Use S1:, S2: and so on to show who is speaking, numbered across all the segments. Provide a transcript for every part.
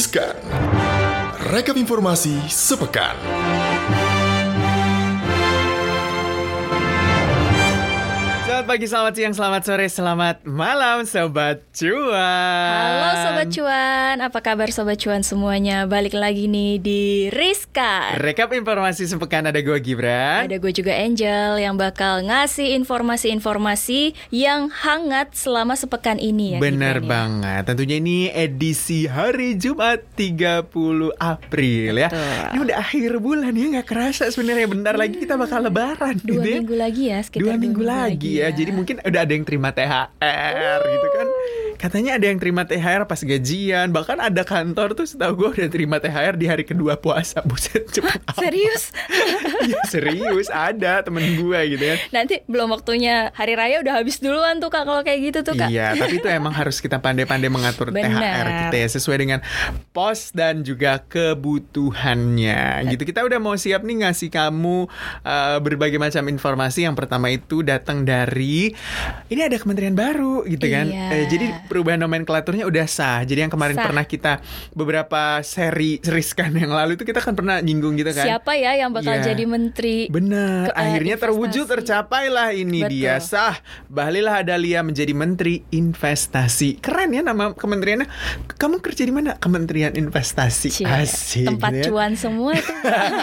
S1: Riskan. Rekap informasi sepekan.
S2: Selamat pagi, selamat siang, selamat sore, selamat malam Sobat Cuan.
S3: Halo Sobat Cuan, apa kabar Sobat Cuan semuanya? Balik lagi nih di Riskan.
S2: Rekap informasi sepekan, ada gue Gibran.
S3: Ada gue juga Angel yang bakal ngasih informasi-informasi yang hangat selama sepekan ini ya.
S2: Bener
S3: Gibran,
S2: banget, tentunya ini edisi hari Jumat 30 April ya. Ini udah akhir bulan ya, gak kerasa sebenarnya bentar lagi kita bakal lebaran.
S3: 2
S2: gitu ya.
S3: minggu lagi ya, sekitar
S2: 2 minggu lagi ya. Jadi mungkin udah ada yang terima THR gitu kan. Katanya ada yang terima THR pas gajian. Bahkan ada kantor tuh setahu gue udah terima THR di hari kedua puasa. Buset, cepet amat.
S3: Serius?
S2: Iya serius, ada temen gue gitu kan.
S3: Nanti belum waktunya hari raya udah habis duluan tuh Kak, kalau kayak gitu tuh Kak.
S2: Iya, tapi itu emang harus kita pandai-pandai mengatur THR kita ya, sesuai dengan pos dan juga kebutuhannya gitu. Kita udah mau siap nih ngasih kamu berbagai macam informasi. Yang pertama itu datang dari, ini ada kementerian baru gitu kan. Jadi perubahan nomenklaturnya udah sah. Jadi yang kemarin pernah kita beberapa seri Riskan yang lalu itu kita kan pernah nyinggung gitu kan.
S3: Siapa ya yang bakal jadi menteri?
S2: Benar, akhirnya terwujud, tercapailah ini. Betul. Dia sah. Bahlil Lahadalia menjadi menteri investasi. Keren ya nama kementeriannya. Kamu kerja di mana? Kementerian Investasi. Asik.
S3: Tempat
S2: gitu ya.
S3: cuan semua itu.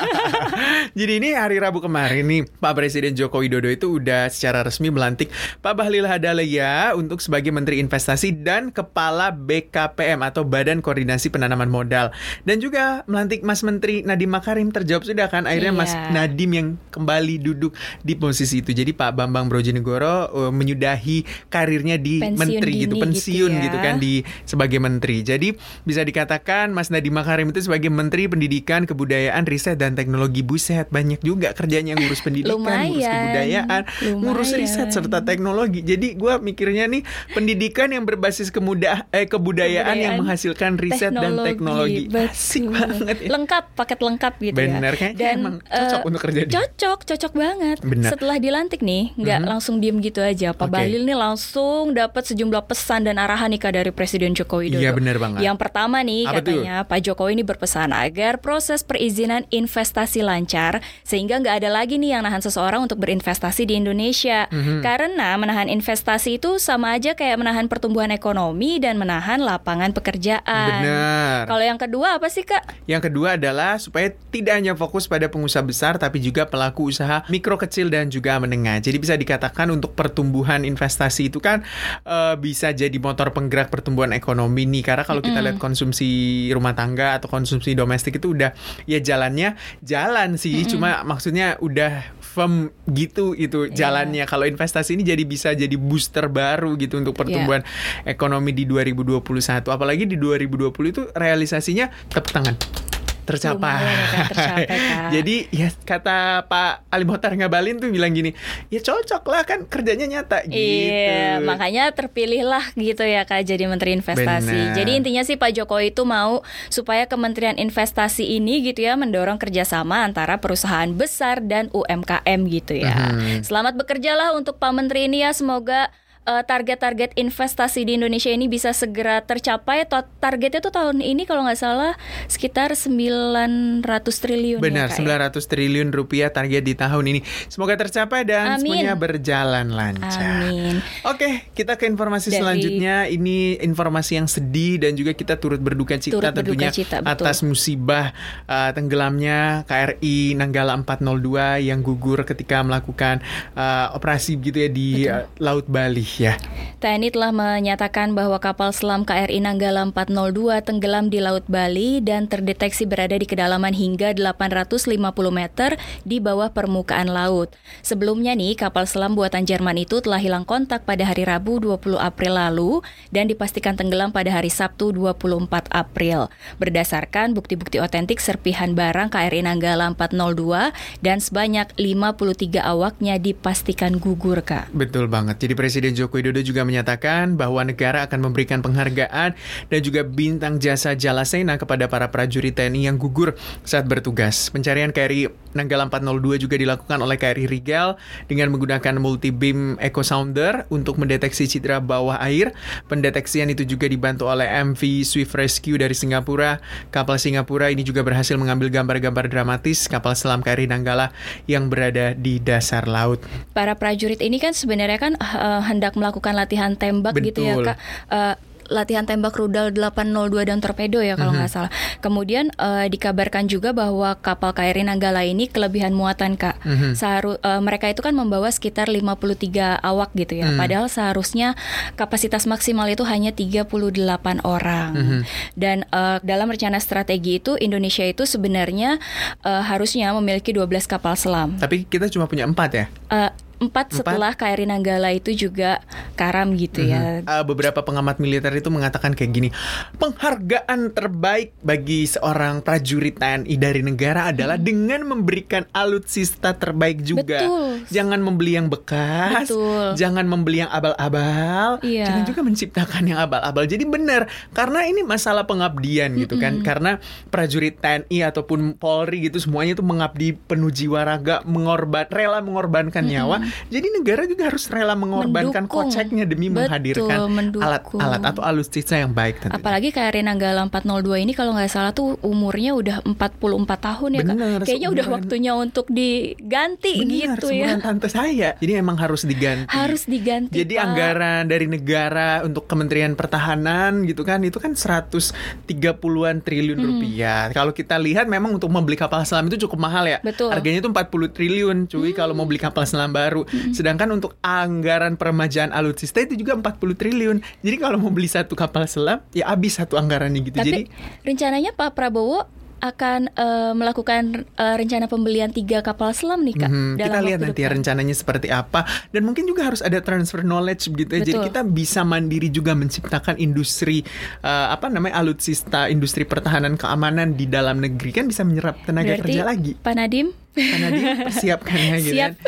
S2: Jadi ini hari Rabu kemarin nih, Pak Presiden Joko Widodo itu udah secara resmi melantik Pak Bahlil Lahadalia untuk sebagai Menteri Investasi dan Kepala BKPM atau Badan Koordinasi Penanaman Modal. Dan juga melantik Mas Menteri Nadiem Makarim. Terjawab sudah kan akhirnya Mas Nadiem yang kembali duduk di posisi itu. Jadi Pak Bambang Brojonegoro menyudahi karirnya di menteri gitu, pensiun gitu kan di sebagai menteri. Jadi bisa dikatakan Mas Nadiem Makarim itu sebagai Menteri Pendidikan, Kebudayaan, Riset dan Teknologi. Buset, banyak juga kerjanya, ngurus pendidikan, ngurus kebudayaan, ngurus riset serta teknologi. Jadi gue mikirnya nih, pendidikan yang berbasis kebudayaan yang menghasilkan riset dan teknologi. Asik banget ya.
S3: Lengkap, paket lengkap gitu.
S2: Bener,
S3: ya. Dan
S2: emang cocok untuk kerja dia.
S3: Cocok banget.
S2: Bener.
S3: Setelah dilantik nih, nggak langsung diem gitu aja. Pak Bahlil nih langsung dapat sejumlah pesan dan arahan nih Kak dari Presiden Joko Widodo.
S2: Iya bener banget.
S3: Yang pertama nih katanya Pak Jokowi ini berpesan agar proses perizinan investasi lancar, sehingga nggak ada lagi nih yang nahan seseorang untuk berinvestasi di Indonesia. Karena menahan investasi itu sama aja kayak menahan pertumbuhan ekonomi dan menahan lapangan pekerjaan.
S2: Benar.
S3: Kalau yang kedua apa sih Kak?
S2: Yang kedua adalah supaya tidak hanya fokus pada pengusaha besar, tapi juga pelaku usaha mikro, kecil dan juga menengah. Jadi bisa dikatakan untuk pertumbuhan investasi itu kan bisa jadi motor penggerak pertumbuhan ekonomi nih. Karena kalau kita lihat konsumsi rumah tangga atau konsumsi domestik itu udah ya jalannya jalan sih. Cuma maksudnya udah firm gitu itu jalannya. Kalau investasi ini bisa jadi booster baru gitu untuk pertumbuhan ekonomi di 2021. Apalagi di 2020 itu realisasinya tepuk tangan. Tercapai. Kak. Jadi ya kata Pak Ali Mohtar Ngabalin tuh bilang gini, ya cocok lah kan kerjanya nyata gitu.
S3: Iya, makanya terpilihlah gitu ya Kak jadi Menteri Investasi. Jadi intinya sih Pak Jokowi itu mau supaya Kementerian Investasi ini gitu ya mendorong kerjasama antara perusahaan besar dan UMKM gitu ya. Selamat bekerjalah untuk Pak Menteri ini ya, semoga target-target investasi di Indonesia ini bisa segera tercapai. Targetnya tuh tahun ini kalau nggak salah sekitar 900 triliun.
S2: Benar,
S3: ya,
S2: 900 triliun rupiah target di tahun ini. Semoga tercapai dan semuanya berjalan lancar.
S3: Amin.
S2: Oke, kita ke informasi selanjutnya. Ini informasi yang sedih dan juga kita turut berduka cita tentunya atas musibah tenggelamnya KRI Nanggala 402 yang gugur ketika melakukan operasi gitu ya di Laut Bali. Ya.
S3: TNI telah menyatakan bahwa kapal selam KRI Nanggala 402 tenggelam di Laut Bali dan terdeteksi berada di kedalaman hingga 850 meter di bawah permukaan laut. Sebelumnya nih, kapal selam buatan Jerman itu telah hilang kontak pada hari Rabu 20 April lalu dan dipastikan tenggelam pada hari Sabtu 24 April. Berdasarkan bukti-bukti otentik serpihan barang KRI Nanggala 402 dan sebanyak 53 awaknya dipastikan gugur, Kak.
S2: Betul banget. Jadi Presiden Joko Widodo juga menyatakan bahwa negara akan memberikan penghargaan dan juga bintang jasa Jalasena kepada para prajurit TNI yang gugur saat bertugas. Pencarian KRI Nanggala 402 juga dilakukan oleh KRI Rigel dengan menggunakan multi-beam echo sounder untuk mendeteksi citra bawah air. Pendeteksian itu juga dibantu oleh MV Swift Rescue dari Singapura. Kapal Singapura ini juga berhasil mengambil gambar-gambar dramatis kapal selam KRI Nanggala yang berada di dasar laut.
S3: Para prajurit ini kan sebenarnya kan hendak melakukan latihan tembak gitu ya Kak. Latihan tembak rudal 802 dan torpedo ya kalau nggak salah. Kemudian dikabarkan juga bahwa kapal KRI Nanggala ini kelebihan muatan Kak. Mereka itu kan membawa sekitar 53 awak gitu ya. Padahal seharusnya kapasitas maksimal itu hanya 38 orang. Dan dalam rencana strategi itu Indonesia itu sebenarnya harusnya memiliki 12 kapal selam.
S2: Tapi kita cuma punya 4 ya?
S3: 4 setelah KRI Nanggala itu juga karam gitu ya.
S2: Beberapa pengamat militer itu mengatakan kayak gini, penghargaan terbaik bagi seorang prajurit TNI dari negara adalah dengan memberikan alutsista terbaik juga.
S3: Betul.
S2: Jangan membeli yang bekas, jangan membeli yang abal-abal, jangan juga menciptakan yang abal-abal. Jadi benar, karena ini masalah pengabdian gitu kan. Karena prajurit TNI ataupun Polri gitu semuanya itu mengabdi penuh jiwa raga, rela mengorbankan nyawa. Jadi negara juga harus rela mengorbankan koceknya demi menghadirkan alat-alat atau alutsista yang baik tentunya.
S3: Apalagi KRI Nanggala 402 ini kalau nggak salah tuh umurnya udah 44 tahun ya Kak. Kayaknya udah waktunya untuk diganti gitu ya.
S2: Benar, tante saya. Jadi emang harus diganti.
S3: Harus diganti.
S2: Jadi Pak, anggaran dari negara untuk Kementerian Pertahanan gitu kan, itu kan 130-an triliun rupiah. Kalau kita lihat memang untuk membeli kapal selam itu cukup mahal ya.
S3: Betul.
S2: Harganya itu 40 triliun cuy kalau mau beli kapal selam baru. Sedangkan untuk anggaran peremajaan alutsista itu juga 40 triliun. Jadi kalau mau beli satu kapal selam ya habis satu anggarannya gitu.
S3: Tapi
S2: jadi
S3: rencananya Pak Prabowo akan melakukan rencana pembelian 3 kapal selam nih Kak.
S2: Kita lihat nanti ya rencananya seperti apa. Dan mungkin juga harus ada transfer knowledge gitu ya. Jadi kita bisa mandiri juga menciptakan industri alutsista, industri pertahanan keamanan di dalam negeri kan bisa menyerap tenaga kerja lagi.
S3: Pak Nadiem
S2: persiapkan ya gitu kan.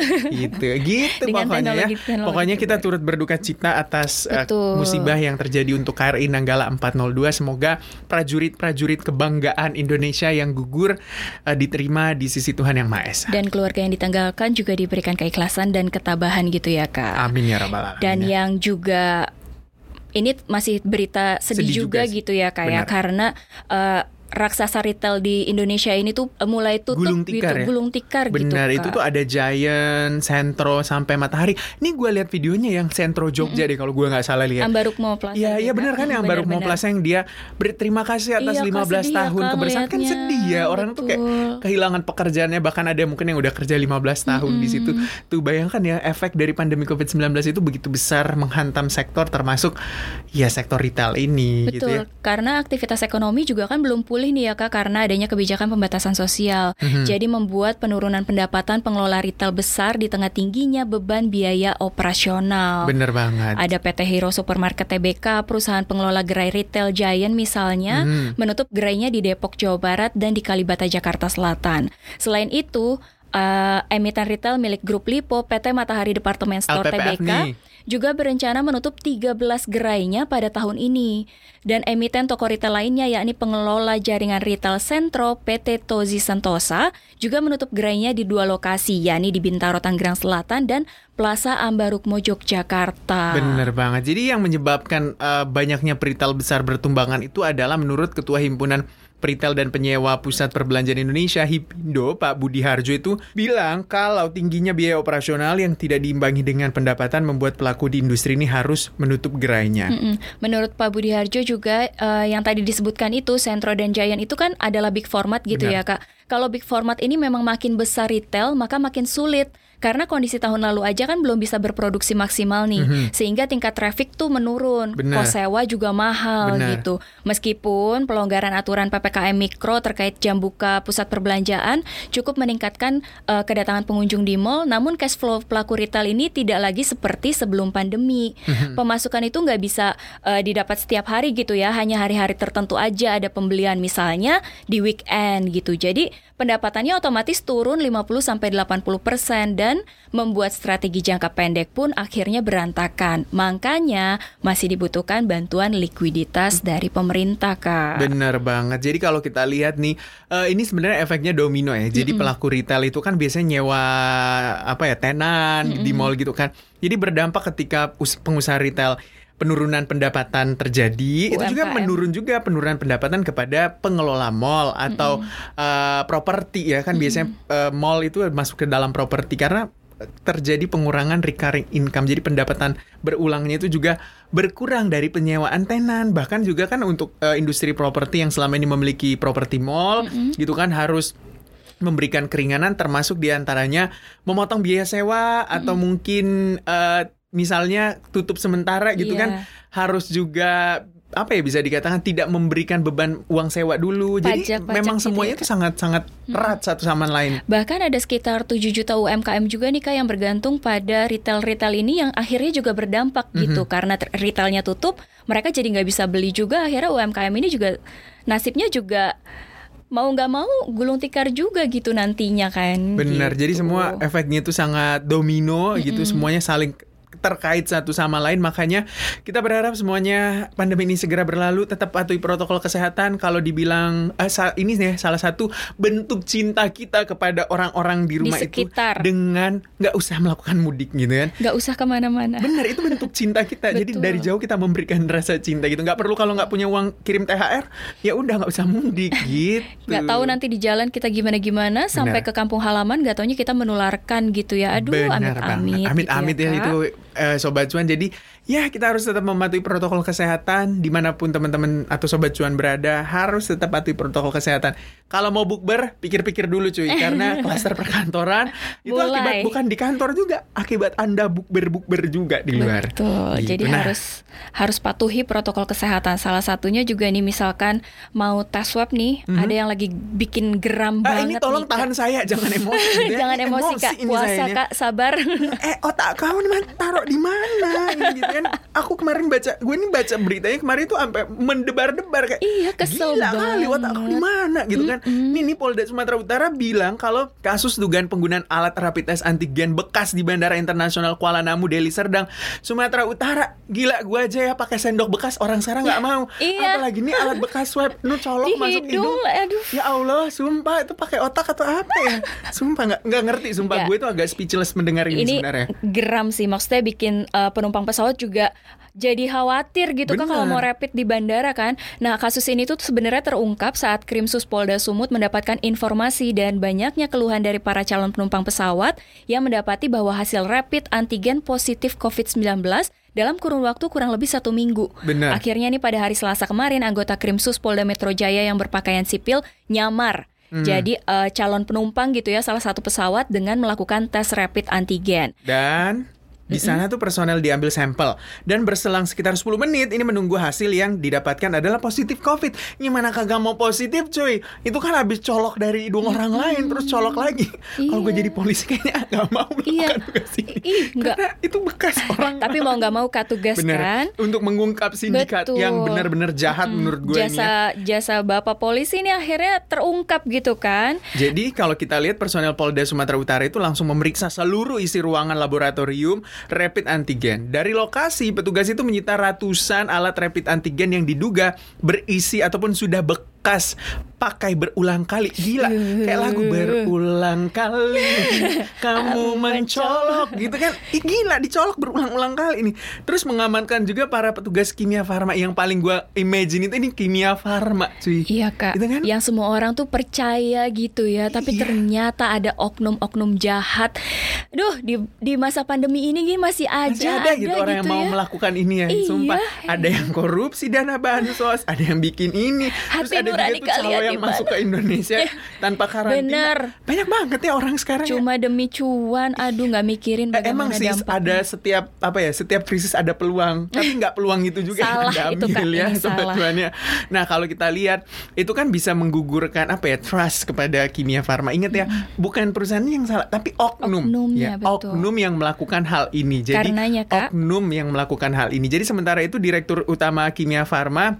S2: Gitu pokoknya ya. Pokoknya kita turut berduka cita atas musibah yang terjadi untuk KRI Nanggala 402. Semoga prajurit-prajurit kebanggaan Indonesia yang gugur diterima di sisi Tuhan Yang Maha Esa.
S3: Dan keluarga yang ditanggalkan juga diberikan keikhlasan dan ketabahan gitu ya Kak.
S2: Amin ya rabbal alamin.
S3: Dan yang juga ini masih berita sedih juga gitu ya Kak ya, karena raksasa retail di Indonesia ini tuh mulai tutup
S2: gulung tikar gitu. Benar, itu tuh ada Giant, Sentro sampai Matahari. Ini gue lihat videonya yang Sentro Jogja deh kalau gue nggak salah lihat.
S3: Ambarukmo Plaza.
S2: Iya benar kan yang Ambarukmo Plaza yang dia berterima kasih atas 15 tahun kebersamaan kan sedih ya. Orang tuh kayak kehilangan pekerjaannya, bahkan ada mungkin yang udah kerja 15 tahun di situ. Tuh bayangkan ya efek dari pandemi COVID-19 itu begitu besar menghantam sektor termasuk ya sektor retail ini.
S3: Betul,
S2: gitu ya.
S3: Karena aktivitas ekonomi juga kan belum pulih nih ya Kak, karena adanya kebijakan pembatasan sosial. Jadi membuat penurunan pendapatan pengelola retail besar di tengah tingginya beban biaya operasional.
S2: Bener banget.
S3: Ada PT Hero Supermarket Tbk, perusahaan pengelola gerai retail Giant misalnya, menutup gerainya di Depok, Jawa Barat dan di Kalibata, Jakarta Selatan. Selain itu, emiten retail milik Grup Lipo, PT Matahari Department Store
S2: LPPF
S3: Tbk
S2: nih
S3: juga berencana menutup 13 gerainya pada tahun ini. Dan emiten toko retail lainnya yakni pengelola jaringan retail Sentro PT Tozi Sentosa juga menutup gerainya di 2 lokasi, yakni di Bintaro Tangerang Selatan dan Plaza Ambarukmo Yogyakarta.
S2: Bener banget. Jadi yang menyebabkan banyaknya retail besar bertumbangan itu adalah menurut Ketua Himpunan Peritel dan Penyewa Pusat Perbelanjaan Indonesia HIPINDO, Pak Budi Harjo itu bilang kalau tingginya biaya operasional yang tidak diimbangi dengan pendapatan membuat pelaku di industri ini harus menutup gerainya.
S3: Menurut Pak Budi Harjo juga yang tadi disebutkan itu Sentro dan Giant itu kan adalah big format gitu ya Kak. Kalau big format ini memang makin besar retail maka makin sulit. Karena kondisi tahun lalu aja kan belum bisa berproduksi maksimal nih, sehingga tingkat traffic tuh menurun, kos sewa juga mahal gitu. Meskipun pelonggaran aturan PPKM Mikro terkait jam buka pusat perbelanjaan cukup meningkatkan kedatangan pengunjung di mal, namun cash flow pelaku retail ini tidak lagi seperti sebelum pandemi. Pemasukan itu nggak bisa didapat setiap hari gitu ya, hanya hari-hari tertentu aja ada pembelian, misalnya di weekend gitu. Jadi pendapatannya otomatis turun 50-80% dan dan membuat strategi jangka pendek pun akhirnya berantakan. Makanya masih dibutuhkan bantuan likuiditas dari pemerintah, Kak.
S2: Bener banget. Jadi kalau kita lihat nih, ini sebenarnya efeknya domino ya. Jadi pelaku retail itu kan biasanya nyewa tenan di mall gitu kan. Jadi berdampak ketika pengusaha retail penurunan pendapatan terjadi, itu juga menurun juga penurunan pendapatan kepada pengelola mall atau properti ya kan. Biasanya mall itu masuk ke dalam properti karena terjadi pengurangan recurring income. Jadi pendapatan berulangnya itu juga berkurang dari penyewaan tenan. Bahkan juga kan untuk industri properti yang selama ini memiliki properti mall gitu kan harus memberikan keringanan, termasuk diantaranya memotong biaya sewa atau mungkin misalnya tutup sementara gitu kan, harus juga bisa dikatakan tidak memberikan beban uang sewa dulu. Jadi memang semuanya itu sangat-sangat erat satu sama lain.
S3: Bahkan ada sekitar 7 juta UMKM juga nih, Kak, yang bergantung pada retail-retail ini yang akhirnya juga berdampak gitu. Karena retailnya tutup, mereka jadi nggak bisa beli juga. Akhirnya UMKM ini juga nasibnya juga mau nggak mau gulung tikar juga gitu nantinya kan.
S2: Benar,
S3: gitu.
S2: jadi semua efeknya itu sangat domino gitu, semuanya saling terkait satu sama lain. Makanya kita berharap semuanya pandemi ini segera berlalu, tetap patuhi protokol kesehatan. Kalau dibilang ini nih salah satu bentuk cinta kita kepada orang-orang di rumah itu dengan nggak usah melakukan mudik gitu kan,
S3: nggak usah kemana-mana.
S2: Benar, itu bentuk cinta kita. Jadi dari jauh kita memberikan rasa cinta gitu. Nggak perlu kalau nggak punya uang kirim THR, ya udah nggak usah mudik gitu.
S3: Nggak tahu nanti di jalan kita gimana sampai ke kampung halaman, nggak taunya kita menularkan gitu ya. Aduh, amit-amit
S2: gitu ya itu Sobat Cuan. Jadi ya kita harus tetap mematuhi protokol kesehatan dimanapun teman-teman atau Sobat Cuan berada, harus tetap patuhi protokol kesehatan. Kalau mau bukber, pikir-pikir dulu cuy, karena klaster perkantoran itu akibat bukan di kantor juga, akibat Anda bukber juga di luar.
S3: Betul. Gitu. Jadi harus patuhi protokol kesehatan. Salah satunya juga nih misalkan mau tes swab nih, ada yang lagi bikin geram banget.
S2: Ini tolong
S3: nih,
S2: tahan saya, jangan emosi. Gitu ya.
S3: Jangan emosi Kak, puasa Kak, sabar.
S2: Otak kamu nih taruh di mana gitu kan. Aku kemarin baca beritanya kemarin itu sampai mendebar-debar kayak,
S3: iya, kesel
S2: gila
S3: banget.
S2: kali otak aku di mana gitu kan. Ini Polda Sumatera Utara bilang kalau kasus dugaan penggunaan alat rapid test antigen bekas di Bandara Internasional Kuala Namu, Deli Serdang, Sumatera Utara. Gila, gua aja ya pakai sendok bekas, orang sekarang nggak mau.
S3: Iya.
S2: Apalagi nih alat bekas swab, colok masuk hidung.
S3: Aduh.
S2: Ya Allah, sumpah itu pakai otak atau apa ya? Sumpah nggak ngerti. Sumpah gue itu agak speechless mendengar ini sebenarnya.
S3: Geram sih, maksudnya bikin penumpang pesawat juga jadi khawatir gitu kan kalau mau rapid di bandara kan. Nah, kasus ini tuh sebenarnya terungkap saat Krimsus Polda Sumut mendapatkan informasi dan banyaknya keluhan dari para calon penumpang pesawat yang mendapati bahwa hasil rapid antigen positif COVID-19 dalam kurun waktu kurang lebih 1 minggu.
S2: Benar.
S3: Akhirnya nih pada hari Selasa kemarin anggota Krimsus Polda Metro Jaya yang berpakaian sipil nyamar jadi calon penumpang gitu ya, salah satu pesawat dengan melakukan tes rapid antigen.
S2: Dan di sana tuh personel diambil sampel dan berselang sekitar 10 menit ini menunggu hasil yang didapatkan adalah positif COVID. Gimana kagak mau positif cuy? Itu kan habis colok dari hidung orang lain terus colok lagi. Kalau gue jadi polisi kayaknya gak mau melakukan tugas ini. Karena itu bekas orang.
S3: Tapi mau gak mau Kak tugas kan
S2: untuk mengungkap sindikat yang benar-benar jahat menurut gue ini ya.
S3: Jasa Bapak polisi ini akhirnya terungkap gitu kan.
S2: Jadi kalau kita lihat personel Polda Sumatera Utara itu langsung memeriksa seluruh isi ruangan laboratorium rapid antigen. Dari lokasi, petugas itu menyita ratusan alat rapid antigen yang diduga berisi ataupun sudah bekas pakai berulang kali. Gila, kayak lagu berulang kali kamu mencolok gitu kan. Gila, dicolok berulang-ulang kali ini. Terus mengamankan juga para petugas kimia farma. Yang paling gue imagine itu ini kimia farma cuy.
S3: Iya Kak, gitu kan? Yang semua orang tuh percaya gitu ya. Tapi ternyata ada oknum-oknum jahat. Duh, di masa pandemi ini masih ada
S2: gitu orang
S3: gitu
S2: yang mau melakukan ini ya. Sumpah, ada yang korupsi dana bansos, ada yang bikin ini. Terus ada juga tuh calo yang masuk ke Indonesia tanpa karantina.
S3: Bener.
S2: Banyak banget ya orang sekarang.
S3: Cuma demi cuan, aduh nggak mikirin bagaimana
S2: emang sih
S3: dampaknya.
S2: Ada setiap krisis ada peluang, tapi nggak peluang itu juga
S3: salah
S2: yang
S3: itu Kak,
S2: ya sobat cuannya. Nah kalau kita lihat itu kan bisa menggugurkan trust kepada kimia farma. Ingat ya, bukan perusahaan yang salah, tapi oknumnya, oknum yang melakukan hal ini. Jadi
S3: karenanya, Kak,
S2: oknum yang melakukan hal ini. Jadi sementara itu Direktur Utama Kimia Farma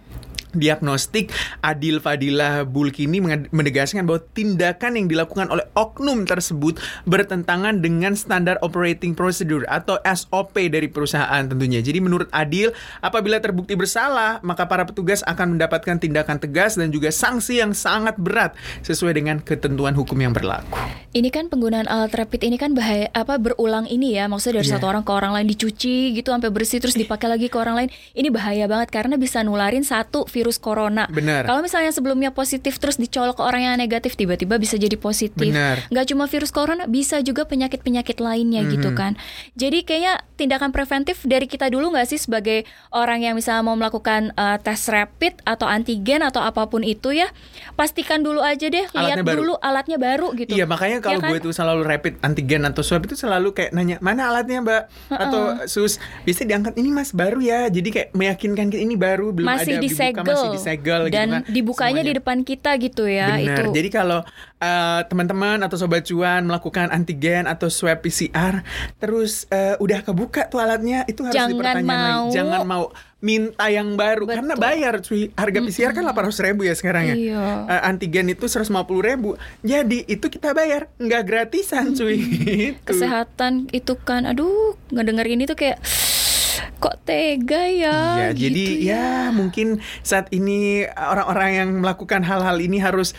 S2: diagnostik Adil Fadilah Bulkini menegaskan bahwa tindakan yang dilakukan oleh oknum tersebut bertentangan dengan standar operating procedure atau SOP dari perusahaan tentunya. Jadi menurut Adil, apabila terbukti bersalah, maka para petugas akan mendapatkan tindakan tegas dan juga sanksi yang sangat berat sesuai dengan ketentuan hukum yang berlaku.
S3: Ini kan penggunaan alat rapid ini kan bahaya berulang ini ya. Maksudnya dari satu orang ke orang lain dicuci gitu sampai bersih terus dipakai lagi ke orang lain. Ini bahaya banget karena bisa nularin satu virus corona.
S2: Benar.
S3: Kalau misalnya sebelumnya positif terus dicolok ke orang yang negatif tiba-tiba bisa jadi positif.
S2: Benar.
S3: Nggak cuma virus corona, bisa juga penyakit-penyakit lainnya gitu kan. Jadi kayaknya tindakan preventif dari kita dulu nggak sih sebagai orang yang misalnya mau melakukan tes rapid atau antigen atau apapun itu ya, pastikan dulu aja deh, lihat dulu alatnya baru gitu.
S2: Iya, makanya kalau gue tuh selalu rapid antigen atau swab itu selalu kayak nanya, mana alatnya Mbak? Atau sus, bisa diangkat, ini Mas baru ya. Jadi kayak meyakinkan ini baru, belum
S3: masih
S2: ada
S3: disegel,
S2: dibuka, masih disegel
S3: dan
S2: gitu kan.
S3: dibukanya
S2: semuanya
S3: di depan kita gitu ya.
S2: Benar.
S3: Itu.
S2: Jadi kalau teman-teman atau Sobat Cuan melakukan antigen atau swab PCR terus udah kebuka tuh alatnya, itu harus dipertanyakan. Jangan mau minta yang baru. Betul. Karena bayar cuy. Harga PCR kan 800.000 ya sekarang ya.
S3: Iya.
S2: Antigen itu 150.000. Jadi itu kita bayar, nggak gratisan cuy.
S3: Kesehatan itu kan, aduh, ngedenger ini tuh kayak kok tega ya.
S2: Iya,
S3: gitu
S2: jadi ya mungkin saat ini orang-orang yang melakukan hal-hal ini harus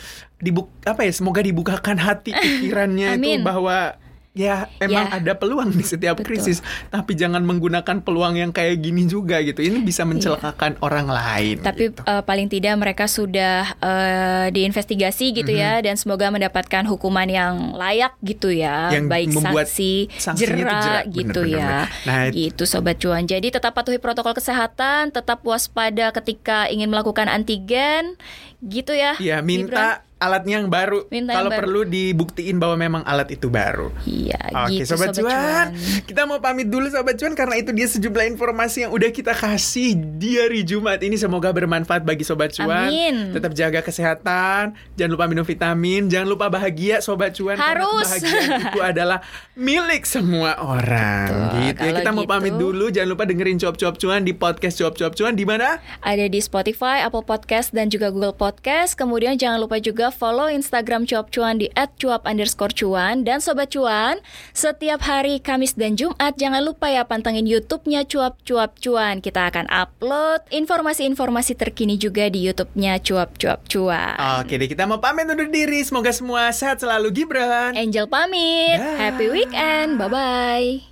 S2: semoga dibukakan hati pikirannya itu bahwa ya emang ada peluang di setiap krisis, tapi jangan menggunakan peluang yang kayak gini juga gitu. Ini bisa mencelakakan orang lain.
S3: Tapi
S2: gitu.
S3: Paling tidak mereka sudah diinvestigasi gitu ya, dan semoga mendapatkan hukuman yang layak gitu ya,
S2: yang
S3: baik sanksi jerak gitu
S2: bener.
S3: Nah, gitu Sobat Cuan. Jadi tetap patuhi protokol kesehatan, tetap waspada ketika ingin melakukan antigen gitu ya.
S2: Iya, minta alatnya yang baru. Kalau perlu dibuktiin bahwa memang alat itu baru.
S3: Iya,
S2: Oke,
S3: gitu
S2: Sobat Cuan. Kita mau pamit dulu Sobat Cuan karena itu dia sejumlah informasi yang udah kita kasih di hari Jumat ini. Semoga bermanfaat bagi Sobat Cuan.
S3: Amin.
S2: Tetap jaga kesehatan, jangan lupa minum vitamin, jangan lupa bahagia Sobat Cuan.
S3: Harus.
S2: Karena kebahagiaan itu adalah milik semua orang.
S3: Betul.
S2: Gitu ya. Kita mau pamit dulu. Jangan lupa dengerin Cuap-Cuap Cuan di podcast Cuap-Cuap Cuan di mana?
S3: Ada di Spotify, Apple Podcast dan juga Google Podcast. Kemudian jangan lupa juga follow Instagram Cuap Cuan di @cuap_cuan. Dan Sobat Cuan, setiap hari Kamis dan Jumat jangan lupa ya pantengin YouTube-nya Cuap-Cuap Cuan. Kita akan upload informasi-informasi terkini juga di YouTube-nya Cuap-Cuap Cuan.
S2: Oke deh, kita mau pamit undur diri. Semoga semua sehat selalu. Gibran,
S3: Angel pamit. Happy weekend. Bye-bye.